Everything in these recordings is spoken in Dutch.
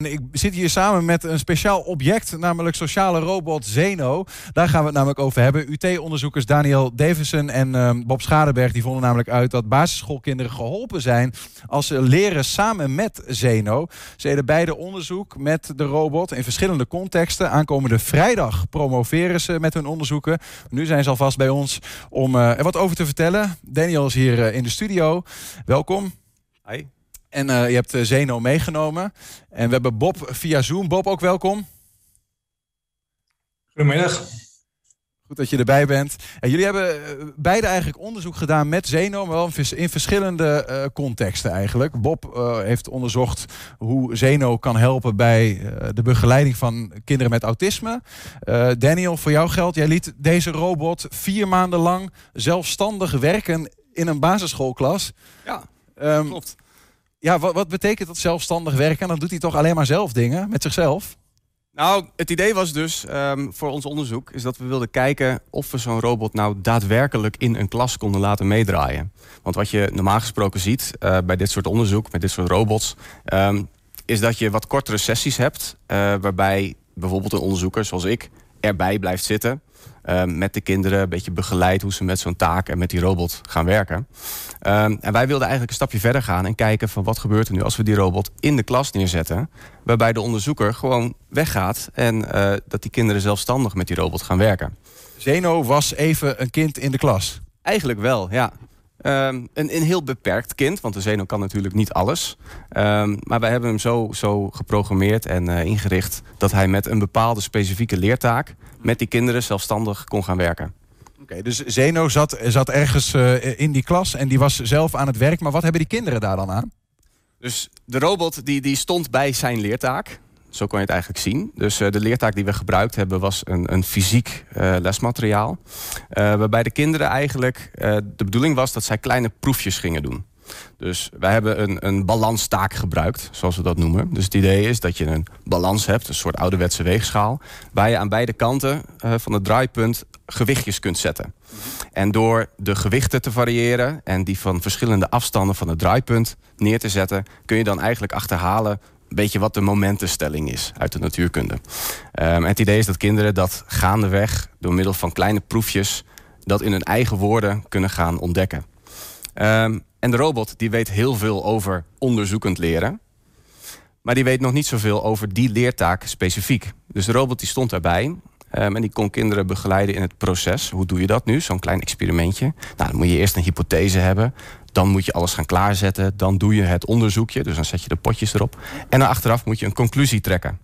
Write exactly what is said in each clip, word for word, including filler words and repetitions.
Ik zit hier samen met een speciaal object, namelijk sociale robot Zeno. Daar gaan we het namelijk over hebben. U T-onderzoekers Daniel Davison en uh, Bob Schadeberg die vonden namelijk uit dat basisschoolkinderen geholpen zijn als ze leren samen met Zeno. Ze deden beide onderzoek met de robot in verschillende contexten. Aankomende vrijdag promoveren ze met hun onderzoeken. Nu zijn ze alvast bij ons om uh, er wat over te vertellen. Daniel is hier uh, in de studio. Welkom. Hi. En uh, je hebt uh, Zeno meegenomen. En we hebben Bob via Zoom. Bob, ook welkom. Goedemiddag. Goed dat je erbij bent. En jullie hebben uh, beide eigenlijk onderzoek gedaan met Zeno, maar wel in verschillende uh, contexten eigenlijk. Bob uh, heeft onderzocht hoe Zeno kan helpen bij uh, de begeleiding van kinderen met autisme. Uh, Daniel, voor jou geldt, jij liet deze robot vier maanden lang zelfstandig werken in een basisschoolklas. Ja, um, klopt. Ja, wat, wat betekent dat zelfstandig werken? Dan doet hij toch alleen maar zelf dingen met zichzelf? Nou, het idee was dus um, voor ons onderzoek is dat we wilden kijken of we zo'n robot nou daadwerkelijk in een klas konden laten meedraaien. Want wat je normaal gesproken ziet uh, bij dit soort onderzoek, met dit soort robots, um, is dat je wat kortere sessies hebt, uh, waarbij bijvoorbeeld een onderzoeker zoals ik erbij blijft zitten. Uh, met de kinderen een beetje begeleid hoe ze met zo'n taak en met die robot gaan werken. Um, en wij wilden eigenlijk een stapje verder gaan en kijken van wat gebeurt er nu als we die robot in de klas neerzetten. Waarbij de onderzoeker gewoon weggaat en uh, dat die kinderen zelfstandig met die robot gaan werken. Zeno was even een kind in de klas. Eigenlijk wel, ja. Um, een, een heel beperkt kind, want de Zeno kan natuurlijk niet alles. Um, maar wij hebben hem zo, zo geprogrammeerd en uh, ingericht dat hij met een bepaalde specifieke leertaak met die kinderen zelfstandig kon gaan werken. Oké, okay, dus Zeno zat, zat ergens uh, in die klas en die was zelf aan het werk. Maar wat hebben die kinderen daar dan aan? Dus de robot die, die stond bij zijn leertaak. Zo kon je het eigenlijk zien. Dus uh, de leertaak die we gebruikt hebben was een, een fysiek uh, lesmateriaal. Uh, waarbij de kinderen eigenlijk, uh, de bedoeling was dat zij kleine proefjes gingen doen. Dus wij hebben een, een balanstaak gebruikt, zoals we dat noemen. Dus het idee is dat je een balans hebt, een soort ouderwetse weegschaal, waar je aan beide kanten uh, van het draaipunt gewichtjes kunt zetten. En door de gewichten te variëren en die van verschillende afstanden van het draaipunt neer te zetten, kun je dan eigenlijk achterhalen een beetje wat de momentenstelling is uit de natuurkunde. Um, het idee is dat kinderen dat gaandeweg door middel van kleine proefjes dat in hun eigen woorden kunnen gaan ontdekken. Um, en de robot die weet heel veel over onderzoekend leren. Maar die weet nog niet zoveel over die leertaak specifiek. Dus de robot die stond daarbij. Um, en die kon kinderen begeleiden in het proces. Hoe doe je dat nu? Zo'n klein experimentje. Nou, dan moet je eerst een hypothese hebben. Dan moet je alles gaan klaarzetten. Dan doe je het onderzoekje. Dus dan zet je de potjes erop. En dan achteraf moet je een conclusie trekken.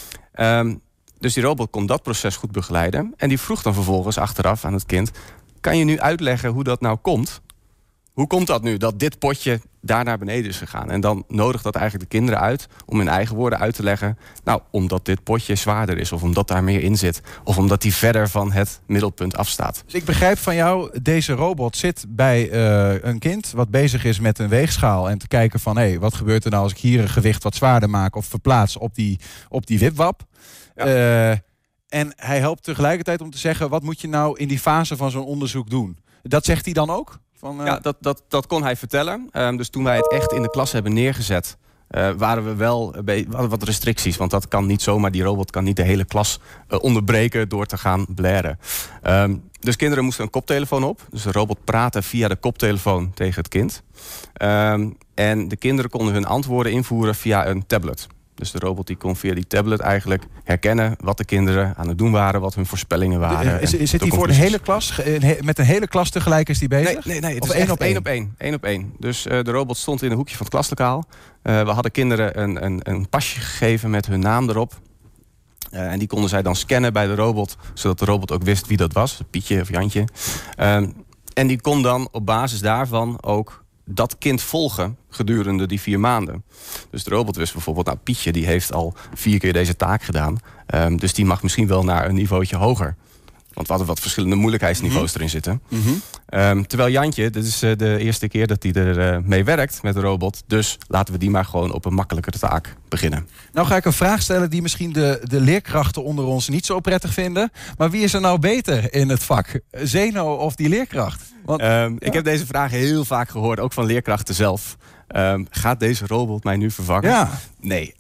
Um, dus die robot kon dat proces goed begeleiden. En die vroeg dan vervolgens achteraf aan het kind: kan je nu uitleggen hoe dat nou komt? Hoe komt dat nu, dat dit potje daar naar beneden is gegaan? En dan nodigt dat eigenlijk de kinderen uit om in eigen woorden uit te leggen: nou, omdat dit potje zwaarder is, of omdat daar meer in zit, of omdat die verder van het middelpunt afstaat. Dus ik begrijp van jou, deze robot zit bij uh, een kind wat bezig is met een weegschaal en te kijken van, hé, hey, wat gebeurt er nou als ik hier een gewicht wat zwaarder maak of verplaats op die, op die wipwap? Ja. Uh, en hij helpt tegelijkertijd om te zeggen, wat moet je nou in die fase van zo'n onderzoek doen? Dat zegt hij dan ook? Van, uh... Ja, dat, dat, dat kon hij vertellen. Um, dus toen wij het echt in de klas hebben neergezet, Uh, waren we wel uh, wat restricties. Want dat kan niet zomaar, die robot kan niet de hele klas uh, onderbreken door te gaan blaren. Um, dus kinderen moesten een koptelefoon op. Dus de robot praatte via de koptelefoon tegen het kind. Um, en de kinderen konden hun antwoorden invoeren via een tablet. Dus de robot die kon via die tablet eigenlijk herkennen wat de kinderen aan het doen waren, wat hun voorspellingen waren. Is, is, zit hij voor de hele klas? Met een hele klas tegelijk is die bezig? Nee, nee, nee, het of is één op één op één. één op één. Dus uh, de robot stond in een hoekje van het klaslokaal. Uh, we hadden kinderen een, een, een pasje gegeven met hun naam erop. Uh, en die konden zij dan scannen bij de robot, zodat de robot ook wist wie dat was. Pietje of Jantje. Uh, en die kon dan op basis daarvan ook dat kind volgen gedurende die vier maanden. Dus de robot wist bijvoorbeeld, nou, Pietje die heeft al vier keer deze taak gedaan. Um, dus die mag misschien wel naar een niveautje hoger. Want we hadden wat verschillende moeilijkheidsniveaus mm-hmm. erin zitten. Mm-hmm. Um, terwijl Jantje, dit is uh, de eerste keer dat hij er uh, mee werkt met de robot. Dus laten we die maar gewoon op een makkelijkere taak beginnen. Nou ga ik een vraag stellen die misschien de, de leerkrachten onder ons niet zo prettig vinden. Maar wie is er nou beter in het vak? Zeno of die leerkracht? Want, um, ja. Ik heb deze vraag heel vaak gehoord, ook van leerkrachten zelf. Um, gaat deze robot mij nu vervangen? Ja. Nee,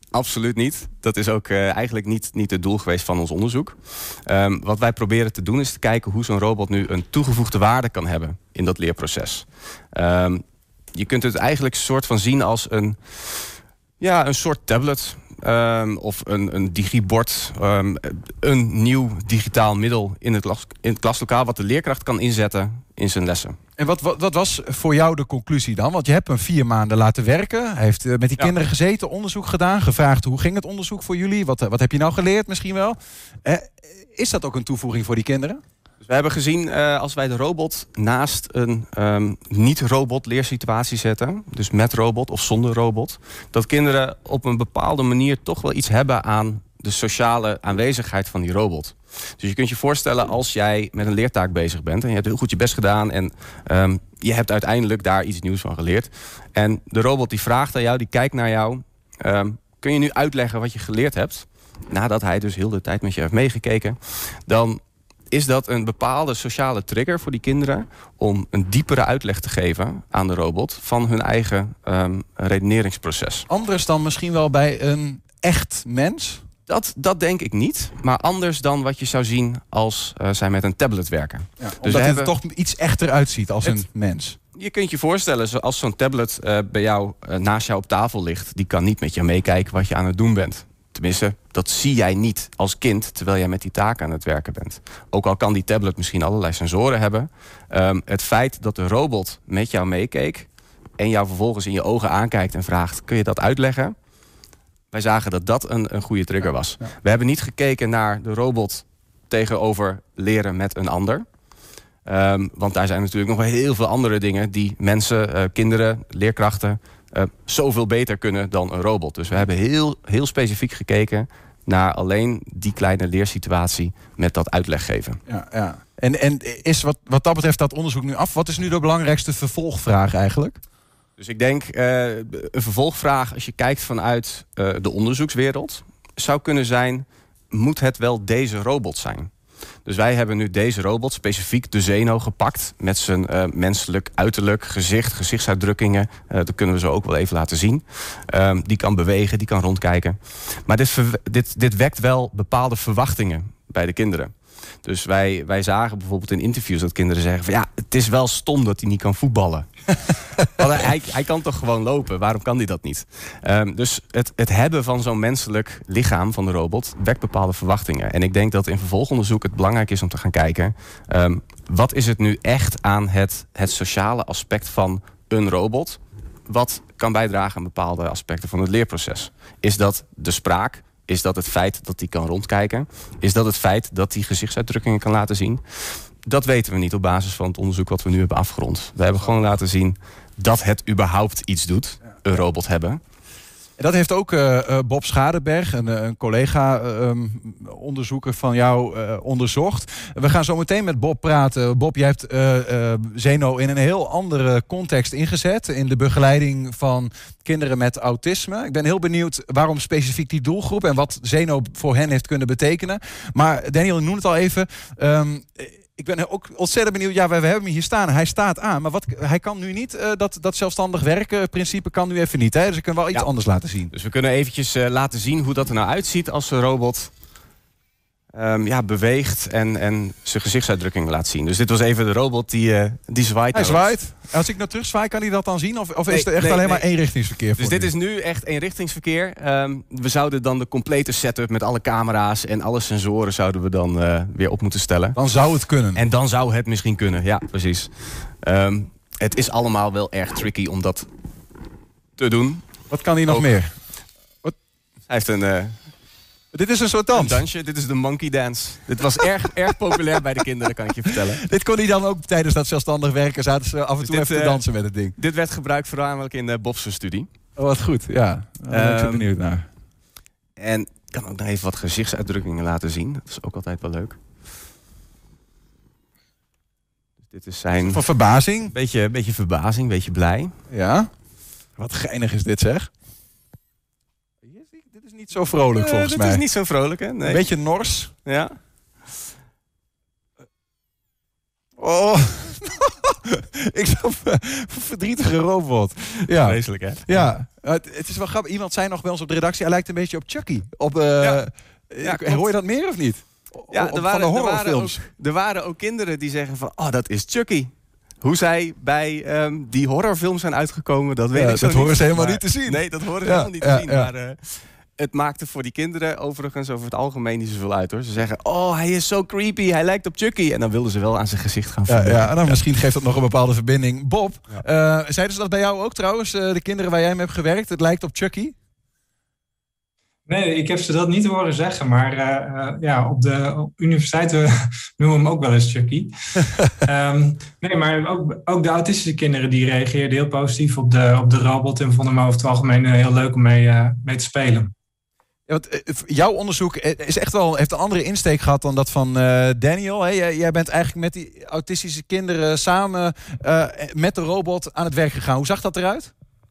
Absoluut niet. Dat is ook uh, eigenlijk niet, niet het doel geweest van ons onderzoek. Um, wat wij proberen te doen is te kijken hoe zo'n robot nu een toegevoegde waarde kan hebben in dat leerproces. Um, je kunt het eigenlijk een soort van zien als een, ja, een soort tablet um, of een, een digibord. Um, een nieuw digitaal middel in het, klas, in het klaslokaal wat de leerkracht kan inzetten in zijn lessen. En wat, wat, wat was voor jou de conclusie dan? Want je hebt hem vier maanden laten werken. Hij heeft uh, met die ja. kinderen gezeten, onderzoek gedaan. Gevraagd hoe ging het onderzoek voor jullie? Wat, wat heb je nou geleerd misschien wel? Uh, is dat ook een toevoeging voor die kinderen? Dus we hebben gezien uh, als wij de robot naast een um, niet-robot leersituatie zetten. Dus met robot of zonder robot. Dat kinderen op een bepaalde manier toch wel iets hebben aan de sociale aanwezigheid van die robot. Dus je kunt je voorstellen als jij met een leertaak bezig bent en je hebt heel goed je best gedaan en um, je hebt uiteindelijk daar iets nieuws van geleerd. En de robot die vraagt aan jou, die kijkt naar jou. Um, kun je nu uitleggen wat je geleerd hebt? Nadat hij dus heel de tijd met je heeft meegekeken. Dan is dat een bepaalde sociale trigger voor die kinderen om een diepere uitleg te geven aan de robot van hun eigen um, redeneringsproces. Anders dan misschien wel bij een echt mens? Dat, dat denk ik niet. Maar anders dan wat je zou zien als uh, zij met een tablet werken. Ja, dus omdat het er toch iets echter uitziet als het, een mens. Je kunt je voorstellen, als zo'n tablet uh, bij jou uh, naast jou op tafel ligt, die kan niet met je meekijken wat je aan het doen bent. Tenminste, dat zie jij niet als kind terwijl jij met die taak aan het werken bent. Ook al kan die tablet misschien allerlei sensoren hebben. Um, het feit dat de robot met jou meekeek en jou vervolgens in je ogen aankijkt en vraagt, kun je dat uitleggen? Wij zagen dat dat een, een goede trigger was. Ja, ja. We hebben niet gekeken naar de robot tegenover leren met een ander. Um, want daar zijn natuurlijk nog wel heel veel andere dingen die mensen, uh, kinderen, leerkrachten uh, zoveel beter kunnen dan een robot. Dus we hebben heel, heel specifiek gekeken naar alleen die kleine leersituatie met dat uitleggeven. Ja, ja. En, en is wat, wat dat betreft dat onderzoek nu af? Wat is nu de belangrijkste vervolgvraag eigenlijk? Dus ik denk, uh, een vervolgvraag als je kijkt vanuit uh, de onderzoekswereld zou kunnen zijn, moet het wel deze robot zijn? Dus wij hebben nu deze robot, specifiek de Zeno, gepakt met zijn uh, menselijk uiterlijk, gezicht, gezichtsuitdrukkingen. Uh, dat kunnen we zo ook wel even laten zien. Um, die kan bewegen, die kan rondkijken. Maar dit, dit, dit wekt wel bepaalde verwachtingen bij de kinderen. Dus wij, wij zagen bijvoorbeeld in interviews dat kinderen zeggen van ja, het is wel stom dat hij niet kan voetballen. hij, hij kan toch gewoon lopen, waarom kan hij dat niet? Um, dus het, het hebben van zo'n menselijk lichaam van de robot wekt bepaalde verwachtingen. En ik denk dat in vervolgonderzoek het belangrijk is om te gaan kijken, um, wat is het nu echt aan het, het sociale aspect van een robot? Wat kan bijdragen aan bepaalde aspecten van het leerproces? Is dat de spraak? Is dat het feit dat hij kan rondkijken? Is dat het feit dat hij gezichtsuitdrukkingen kan laten zien? Dat weten we niet op basis van het onderzoek wat we nu hebben afgerond. We hebben gewoon laten zien dat het überhaupt iets doet, een robot hebben. En dat heeft ook uh, Bob Schadeberg, een, een collega-onderzoeker um, van jou, uh, onderzocht. We gaan zo meteen met Bob praten. Bob, jij hebt uh, uh, Zeno in een heel andere context ingezet. In de begeleiding van kinderen met autisme. Ik ben heel benieuwd waarom specifiek die doelgroep en wat Zeno voor hen heeft kunnen betekenen. Maar Daniel, ik noem het al even. Um, Ik ben ook ontzettend benieuwd. Ja, we, we hebben hem hier staan. Hij staat aan. Maar wat, hij kan nu niet. Uh, dat, dat zelfstandig werken principe kan nu even niet. Hè? Dus ik kan wel iets ja. anders laten zien. Dus we kunnen eventjes uh, laten zien hoe dat er nou uitziet als een robot um, ja, beweegt en, en zijn gezichtsuitdrukking laat zien. Dus dit was even de robot die, uh, die zwaait. Hij zwaait. Als ik nou terug zwaai, kan hij dat dan zien? Of, of nee, is er echt nee, alleen nee. maar eenrichtingsverkeer voor Dus dit nu? is nu echt eenrichtingsverkeer. Um, we zouden dan de complete setup met alle camera's en alle sensoren zouden we dan uh, weer op moeten stellen. Dan zou het kunnen. En dan zou het misschien kunnen, ja, precies. Um, het is allemaal wel erg tricky om dat te doen. Wat kan hij nog Ook. meer? Wat? Hij heeft een... Uh, Dit is een soort dans. Een dansje. Dit is de monkey dance. Dit was erg, erg populair bij de kinderen, kan ik je vertellen. Dit kon hij dan ook tijdens dat zelfstandig werken. Zaten ze af en dus toe dit, even te dansen met het ding. Dit werd gebruikt voornamelijk in uh, Bob's studie. Oh, wat goed. Ja, daar ben ik um, benieuwd naar. En ik kan ook nog even wat gezichtsuitdrukkingen laten zien. Dat is ook altijd wel leuk. Dus dit is zijn... Van verbazing? Beetje, beetje verbazing, beetje blij. Ja. Wat geinig is dit, zeg. Dit is niet zo vrolijk, uh, volgens dit mij. Dit is niet zo vrolijk, hè? Nee. Een beetje nors. Ja. Oh, ik zo'n verdrietige robot. Ja. Vreselijk, hè? Ja, het, het is wel grappig. Iemand zei nog bij ons op de redactie, hij lijkt een beetje op Chucky. Op, uh, ja. Ja, hoor je dat meer of niet? Ja, op, er waren, van de horrorfilms. Er waren, ook, er waren ook kinderen die zeggen van, oh, dat is Chucky. Hoe zij bij um, die horrorfilms zijn uitgekomen, dat weet ja, ik zo dat niet. horen ze helemaal maar, niet te zien. Nee, dat horen ze ja, helemaal niet ja, te zien. Ja. Maar uh, het maakte voor die kinderen overigens over het algemeen niet zoveel uit, hoor. Ze zeggen, oh, hij is zo creepy, hij lijkt op Chucky. En dan wilden ze wel aan zijn gezicht gaan voelen. Ja, ja, en dan ja. Misschien geeft dat nog een bepaalde verbinding. Bob, ja. uh, zeiden ze dat bij jou ook trouwens, uh, de kinderen waar jij mee hebt gewerkt? Het lijkt op Chucky? Nee, ik heb ze dat niet horen zeggen, maar uh, uh, ja, op de op universiteit uh, noemen we hem ook wel eens Chucky. um, nee, maar ook, ook de autistische kinderen die reageerden heel positief op de, op de robot en vonden hem over het algemeen uh, heel leuk om mee, uh, mee te spelen. Ja, want, uh, jouw onderzoek is echt wel, heeft een andere insteek gehad dan dat van uh, Daniel. Hè? Jij, jij bent eigenlijk met die autistische kinderen samen uh, met de robot aan het werk gegaan. Hoe zag dat eruit?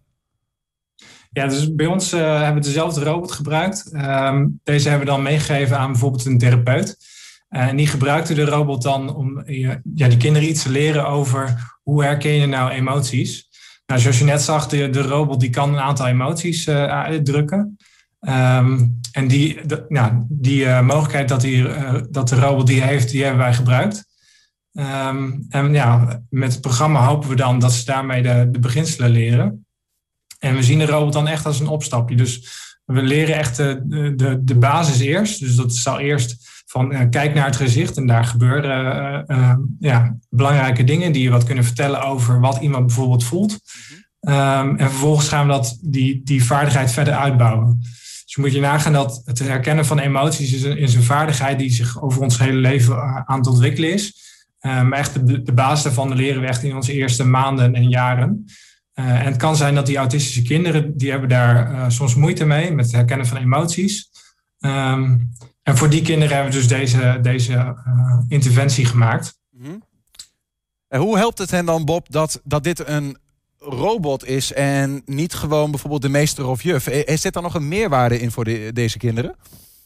Ja, dus bij ons uh, hebben we dezelfde robot gebruikt. Um, deze hebben we dan meegegeven aan bijvoorbeeld een therapeut. Uh, en die gebruikte de robot dan om uh, ja, die kinderen iets te leren over hoe herken je nou emoties. Nou, zoals je net zag, de, de robot die kan een aantal emoties uh, uitdrukken. Um, en die, de, nou, die uh, mogelijkheid dat, die, uh, dat de robot die heeft, die hebben wij gebruikt. Um, en ja, met het programma hopen we dan dat ze daarmee de, de beginselen leren. En we zien de robot dan echt als een opstapje. Dus we leren echt de, de, de basis eerst. Dus dat zal eerst van uh, kijk naar het gezicht. En daar gebeuren uh, uh, ja, belangrijke dingen die je wat kunnen vertellen over wat iemand bijvoorbeeld voelt. Um, en vervolgens gaan we dat, die, die vaardigheid verder uitbouwen. Dus je moet je nagaan dat het herkennen van emoties is een, is een vaardigheid die zich over ons hele leven aan het ontwikkelen is. Uh, maar echt de, de basis daarvan leren we echt in onze eerste maanden en jaren. Uh, en het kan zijn dat die autistische kinderen, die hebben daar uh, soms moeite mee met het herkennen van emoties. Um, en voor die kinderen hebben we dus deze, deze uh, interventie gemaakt. Mm-hmm. En hoe helpt het hen dan, Bob, dat, dat dit een robot is en niet gewoon bijvoorbeeld de meester of juf? Is dit dan nog een meerwaarde in voor de, deze kinderen?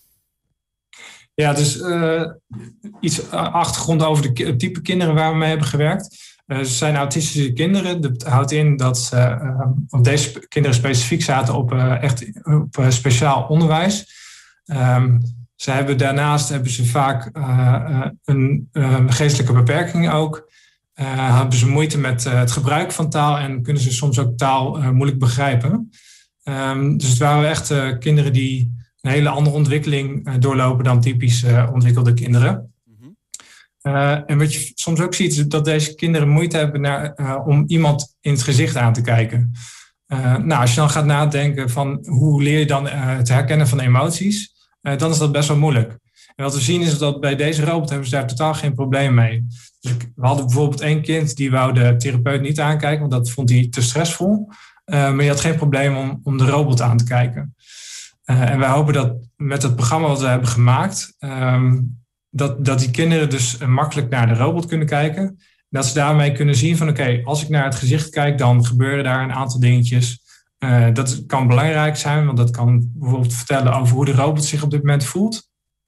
Ja, dus uh, iets achtergrond over de type kinderen waar we mee hebben gewerkt. Uh, ze zijn autistische kinderen. Dat houdt in dat uh, uh, deze kinderen specifiek zaten op uh, echt op uh, speciaal onderwijs. Um, ze hebben daarnaast hebben ze vaak uh, uh, een uh, geestelijke beperking ook. Uh, hebben ze moeite met uh, het gebruik van taal en kunnen ze soms ook taal uh, moeilijk begrijpen. Um, dus het waren echt uh, kinderen die een hele andere ontwikkeling uh, doorlopen dan typisch uh, ontwikkelde kinderen. Uh, en wat je soms ook ziet, is dat deze kinderen moeite hebben naar, uh, om iemand in het gezicht aan te kijken. Uh, nou, als je dan gaat nadenken van hoe leer je dan uh, het herkennen van emoties, uh, dan is dat best wel moeilijk. En wat we zien is dat bij deze robot hebben ze daar totaal geen probleem mee. Dus we hadden bijvoorbeeld één kind die wou de therapeut niet aankijken, want dat vond hij te stressvol. Uh, maar je had geen probleem om, om de robot aan te kijken. Uh, en wij hopen dat met het programma wat we hebben gemaakt, Um, Dat, dat die kinderen dus makkelijk naar de robot kunnen kijken. Dat ze daarmee kunnen zien van oké, okay, als ik naar het gezicht kijk, dan gebeuren daar een aantal dingetjes. Uh, dat kan belangrijk zijn, want dat kan bijvoorbeeld vertellen over hoe de robot zich op dit moment voelt.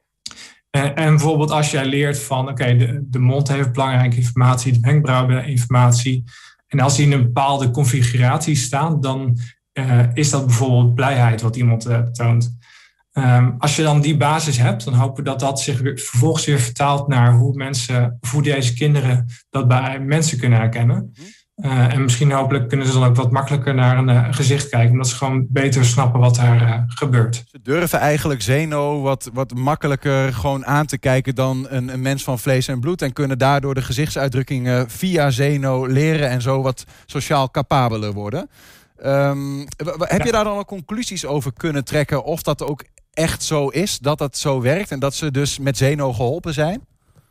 Uh, en bijvoorbeeld als jij leert van oké, okay, de, de mond heeft belangrijke informatie, de wenkbrauwen informatie. En als die in een bepaalde configuratie staan, dan uh, is dat bijvoorbeeld blijheid wat iemand uh, toont. Um, als je dan die basis hebt, dan hopen we dat dat zich weer, vervolgens weer vertaalt naar hoe mensen, of hoe deze kinderen dat bij mensen kunnen herkennen. Uh, en misschien hopelijk kunnen ze dan ook wat makkelijker naar een uh, gezicht kijken, omdat ze gewoon beter snappen wat daar uh, gebeurt. Ze durven eigenlijk Zeno wat, wat makkelijker gewoon aan te kijken dan een, een mens van vlees en bloed en kunnen daardoor de gezichtsuitdrukkingen via Zeno leren en zo wat sociaal capabeler worden. Um, heb je ja. daar dan al conclusies over kunnen trekken of dat ook echt zo is, dat dat zo werkt en dat ze dus met Zeno geholpen zijn?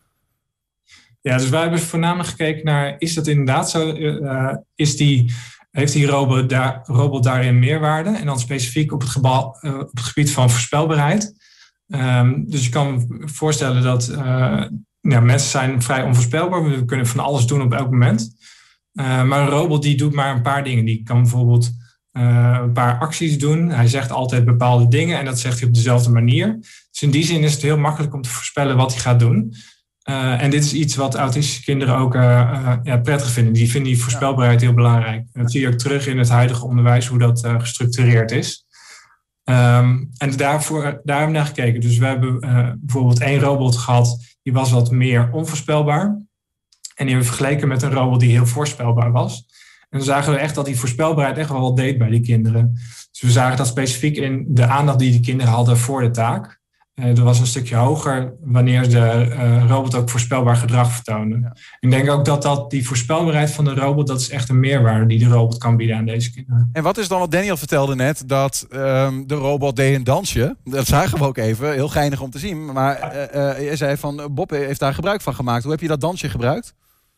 Ja, dus wij hebben voornamelijk gekeken naar, is dat inderdaad zo? Uh, is die, heeft die robot, daar, robot daarin meerwaarde? En dan specifiek op het, gebal, uh, op het gebied van voorspelbaarheid. Um, dus je kan voorstellen dat uh, ja, mensen zijn vrij onvoorspelbaar. We kunnen van alles doen op elk moment. Uh, maar een robot die doet maar een paar dingen. Die kan bijvoorbeeld uh, een paar acties doen. Hij zegt altijd bepaalde dingen en dat zegt hij op dezelfde manier. Dus in die zin is het heel makkelijk om te voorspellen wat hij gaat doen. Uh, en dit is iets wat autistische kinderen ook uh, uh, ja, prettig vinden. Die vinden die voorspelbaarheid heel belangrijk. En dat zie je ook terug in het huidige onderwijs, hoe dat uh, gestructureerd is. Um, en daarvoor, daar hebben we naar gekeken. Dus we hebben uh, bijvoorbeeld één robot gehad, die was wat meer onvoorspelbaar. En die hebben we vergeleken met een robot die heel voorspelbaar was. En dan zagen we echt dat die voorspelbaarheid echt wel wat deed bij die kinderen. Dus we zagen dat specifiek in de aandacht die die kinderen hadden voor de taak. Uh, er was een stukje hoger wanneer de uh, robot ook voorspelbaar gedrag vertoonde. Ja. Ik denk ook dat, dat die voorspelbaarheid van de robot, dat is echt een meerwaarde die de robot kan bieden aan deze kinderen. En wat is dan wat Daniel vertelde net, dat um, de robot deed een dansje. Dat zagen we ook even, heel geinig om te zien. Maar uh, uh, je zei van, Bob heeft daar gebruik van gemaakt. Hoe heb je dat dansje gebruikt?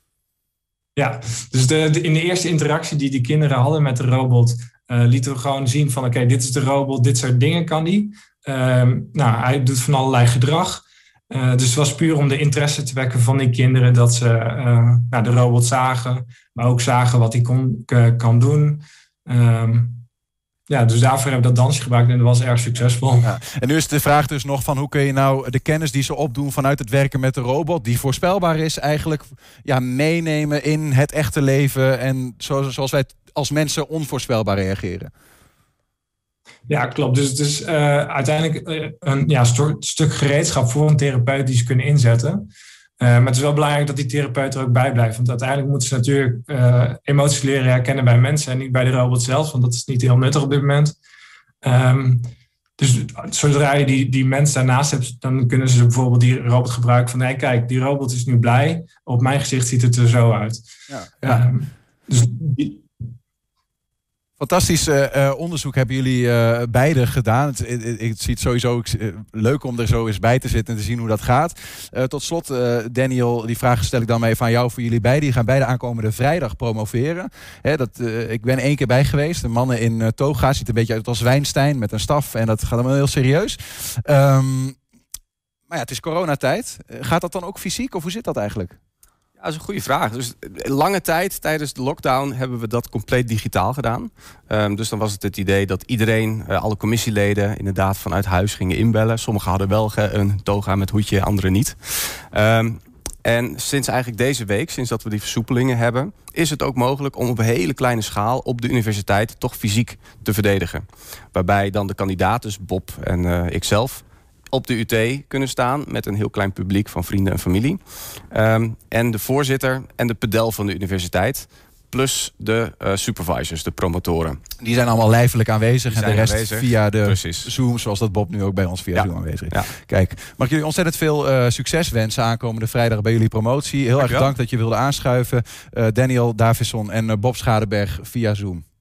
Ja, dus de, de, in de eerste interactie die de kinderen hadden met de robot, uh, lieten we gewoon zien van oké, okay, dit is de robot, dit soort dingen kan die. Um, nou, hij doet van allerlei gedrag. Uh, dus het was puur om de interesse te wekken van die kinderen, dat ze uh, nou, de robot zagen, maar ook zagen wat hij kon, k- kan doen. Um, ja, dus daarvoor hebben we dat dansje gebruikt en dat was erg succesvol. Ja. En nu is de vraag dus nog van hoe kun je nou de kennis die ze opdoen vanuit het werken met de robot, die voorspelbaar is, eigenlijk ja, meenemen in het echte leven en zoals, zoals wij als mensen onvoorspelbaar reageren. Ja, klopt. Dus het is uh, uiteindelijk uh, een ja, st- stuk gereedschap voor een therapeut die ze kunnen inzetten. Uh, maar het is wel belangrijk dat die therapeut er ook bij blijft. Want uiteindelijk moeten ze natuurlijk uh, emoties leren herkennen bij mensen en niet bij de robot zelf. Want dat is niet heel nuttig op dit moment. Um, dus zodra je die, die mens daarnaast hebt, dan kunnen ze bijvoorbeeld die robot gebruiken van nee, kijk, die robot is nu blij. Op mijn gezicht ziet het er zo uit. Ja, ja. Um, dus die, Fantastisch uh, onderzoek hebben jullie uh, beide gedaan. Het, het, het, het ziet sowieso uh, leuk om er zo eens bij te zitten en te zien hoe dat gaat. Uh, tot slot, uh, Daniel, die vraag stel ik dan maar even aan jou voor jullie beiden. Die gaan beide aankomende vrijdag promoveren. Hè, dat, uh, ik ben één keer bij geweest. De mannen in uh, toga ziet een beetje uit als Wijnstein met een staf. En dat gaat allemaal heel serieus. Um, maar ja, het is coronatijd. Uh, gaat dat dan ook fysiek of hoe zit dat eigenlijk? Dat is een goede vraag. Dus lange tijd tijdens de lockdown hebben we dat compleet digitaal gedaan. Um, dus dan was het het idee dat iedereen, uh, alle commissieleden, inderdaad vanuit huis gingen inbellen. Sommigen hadden wel een toga met hoedje, anderen niet. Um, en sinds eigenlijk deze week, sinds dat we die versoepelingen hebben, is het ook mogelijk om op een hele kleine schaal op de universiteit toch fysiek te verdedigen. Waarbij dan de kandidaat, dus Bob en uh, ikzelf, op de U T kunnen staan met een heel klein publiek van vrienden en familie. Um, en de voorzitter en de pedel van de universiteit. Plus de uh, supervisors, de promotoren. Die zijn allemaal lijfelijk aanwezig. Die en de rest aanwezig. Via de Precies. Zoom, zoals dat Bob nu ook bij ons via ja. Zoom aanwezig is. Ja. Kijk, mag ik jullie ontzettend veel uh, succes wensen aankomende vrijdag bij jullie promotie. Heel erg bedankt dat je wilde aanschuiven. Uh, Daniel Davisson en uh, Bob Schadeberg via Zoom.